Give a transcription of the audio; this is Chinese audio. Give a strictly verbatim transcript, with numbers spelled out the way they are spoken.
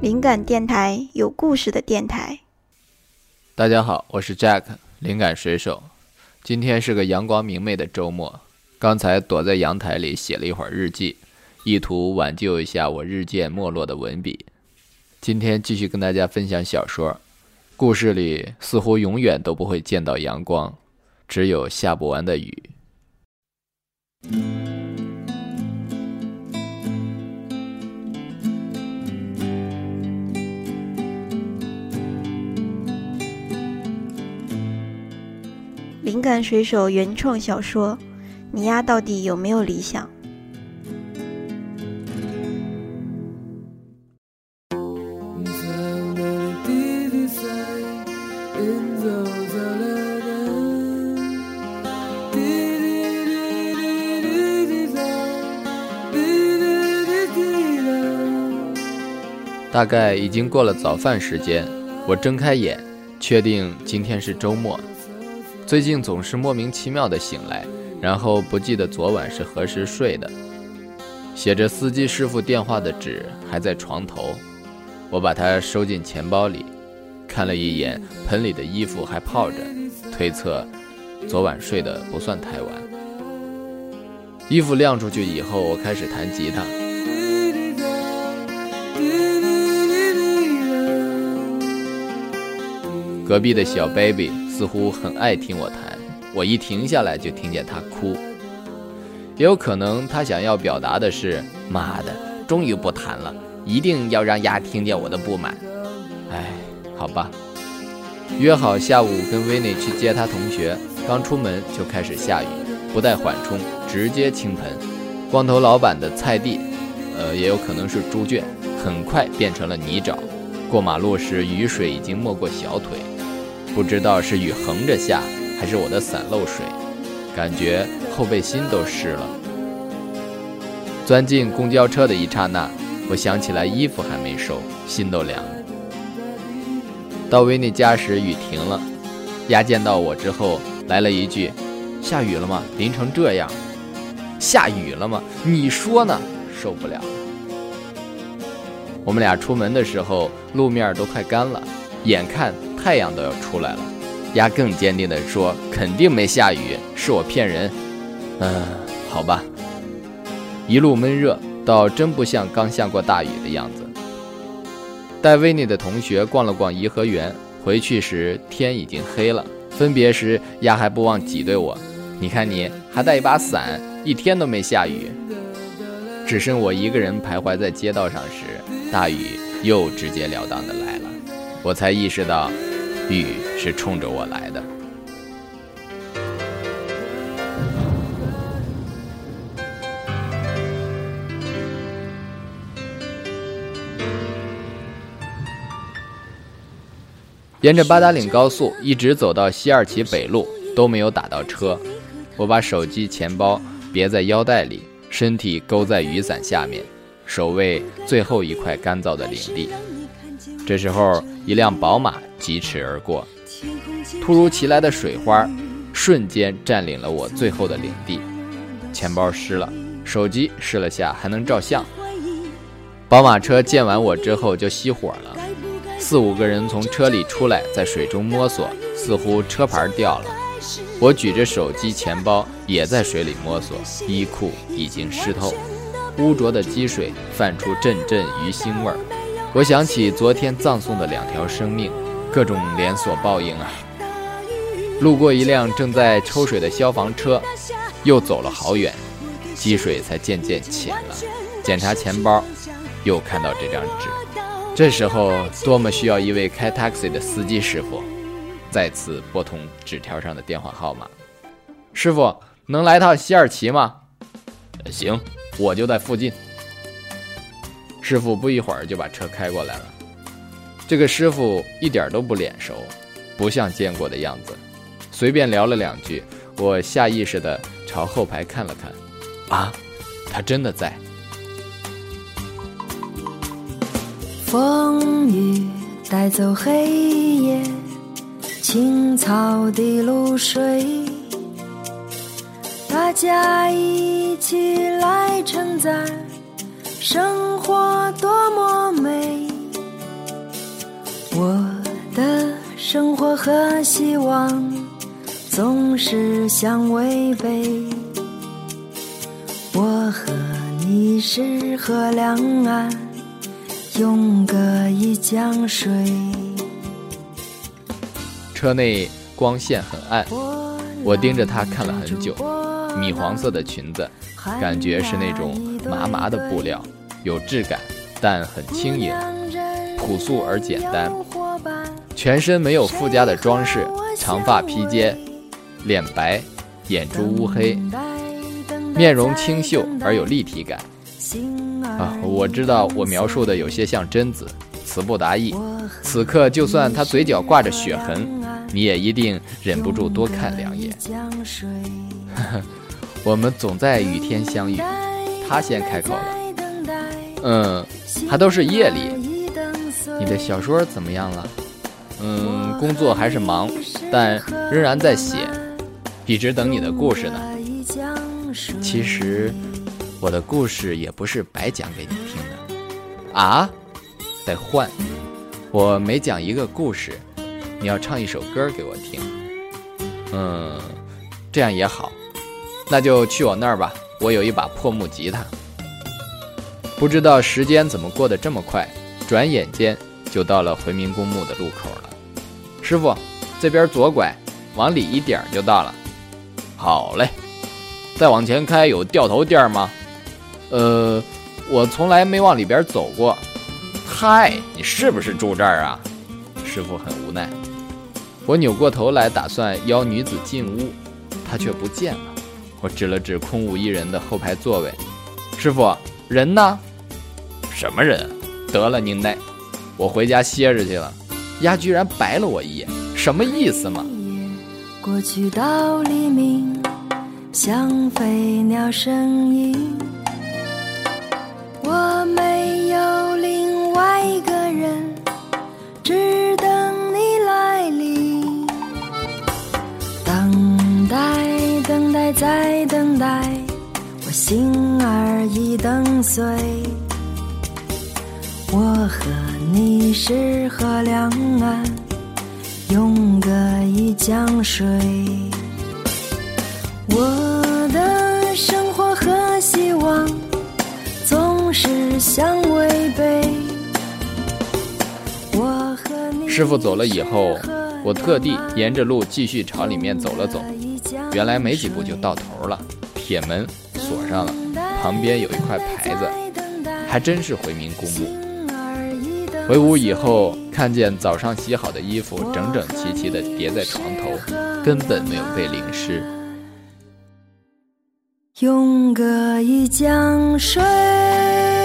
灵感电台，有故事的电台。 大家好，我是 Jack， 灵感水手。今天是个阳光明媚的周末，刚才躲在阳台里写了一会儿日记，意图挽救一下我日渐没落的文笔。今天继续跟大家分享小说，故事里似乎永远都不会见到阳光，只有下不完的雨。 灵感水手原创小说，你丫到底有没有理想？ 大概已经过了早饭时间，我睁开眼，确定今天是周末。最近总是莫名其妙地醒来，然后不记得昨晚是何时睡的。写着司机师傅电话的纸还在床头，我把它收进钱包里，看了一眼盆里的衣服还泡着，推测昨晚睡得不算太晚。衣服晾出去以后，我开始弹吉他。隔壁的小 baby 似乎很爱听我弹，我一停下来就听见他哭。也有可能他想要表达的是，妈的，终于不弹了，一定要让丫听见我的不满。哎，好吧。约好下午跟维内去接他同学，刚出门就开始下雨，不带缓冲，直接倾盆。光头老板的菜地，呃，也有可能是猪圈，很快变成了泥沼。过马路时，雨水已经没过小腿。不知道是雨横着下，还是我的伞漏水，感觉后背心都湿了。钻进公交车的一刹那，我想起来衣服还没收，心都凉了。到维尼家时，雨停了。丫见到我之后来了一句：下雨了吗？淋成这样。下雨了吗？你说呢？受不了了。我们俩出门的时候，路面都快干了，眼看太阳都要出来了。丫更坚定地说，肯定没下雨，是我骗人。嗯，好吧。一路闷热，倒真不像刚下过大雨的样子。带维尼的同学逛了逛颐和园，回去时天已经黑了。分别时，丫还不忘挤兑我，你看你还带一把伞，一天都没下雨。只剩我一个人徘徊在街道上时，大雨又直截了当的来了，我才意识到雨是冲着我来的。沿着八达岭高速一直走到西二旗北路，都没有打到车。我把手机钱包别在腰带里，身体勾在雨伞下面，守卫最后一块干燥的领地。这时候一辆宝马疾驰而过，突如其来的水花瞬间占领了我最后的领地。钱包湿了，手机试了下还能照相。宝马车见完我之后就熄火了，四五个人从车里出来，在水中摸索，似乎车牌掉了。我举着手机钱包也在水里摸索，衣裤已经湿透，污浊的积水泛出阵阵鱼腥味儿。我想起昨天葬送的两条生命，各种连锁报应啊！路过一辆正在抽水的消防车，又走了好远，积水才渐渐浅了。检查钱包，又看到这张纸。这时候多么需要一位开 taxi 的司机师傅。再次拨通纸条上的电话号码。师傅，能来趟西二旗吗？行，我就在附近。师傅不一会儿就把车开过来了。这个师傅一点都不脸熟，不像见过的样子。随便聊了两句，我下意识地朝后排看了看。啊，他真的在。 风雨带走黑夜，青草的露水，大家一起来称赞生活多么美。 生活和希望总是相违背，我和你是河两岸，永隔一江水。 车内光线很暗，我盯着她看了很久。米黄色的裙子，感觉是那种麻麻的布料，有质感，但很轻盈，朴素而简单。全身没有附加的装饰，长发披肩，脸白，眼珠乌黑，面容清秀而有立体感。啊，我知道我描述的有些像贞子，词不达意。此刻就算她嘴角挂着血痕，你也一定忍不住多看两眼。我们总在雨天相遇，他先开口了。嗯，还都是夜里。你的小说怎么样了？嗯，工作还是忙，但仍然在写，一直等你的故事呢。其实我的故事也不是白讲给你听的。啊？得换，我每讲一个故事，你要唱一首歌给我听。嗯，这样也好，那就去我那儿吧，我有一把破木吉他。不知道时间怎么过得这么快，转眼间就到了回民公墓的路口了。师傅，这边左拐，往里一点就到了。好嘞，再往前开有掉头店吗？呃，我从来没往里边走过。嗨，你是不是住这儿啊？师傅很无奈。我扭过头来打算邀女子进屋，她却不见了。我指了指空无一人的后排座位。师傅，人呢？什么人？得了您嘞，我回家歇着去了。丫居然白了我一眼，什么意思嘛？ 过去到黎明，像飞鸟声音，我没有另外一个人，只等你来临。等待等待再等待，我心儿已等碎。我和你是河两岸，永隔一江水。我的生活和希望总是相违背。我和你师傅走了以后，我特地沿着路继续朝里面走了走。原来没几步就到头了，铁门锁上了，旁边有一块牌子，还真是回民公墓。回屋以后，看见早上洗好的衣服整整齐齐地叠在床头，根本没有被淋湿。 永隔一江水。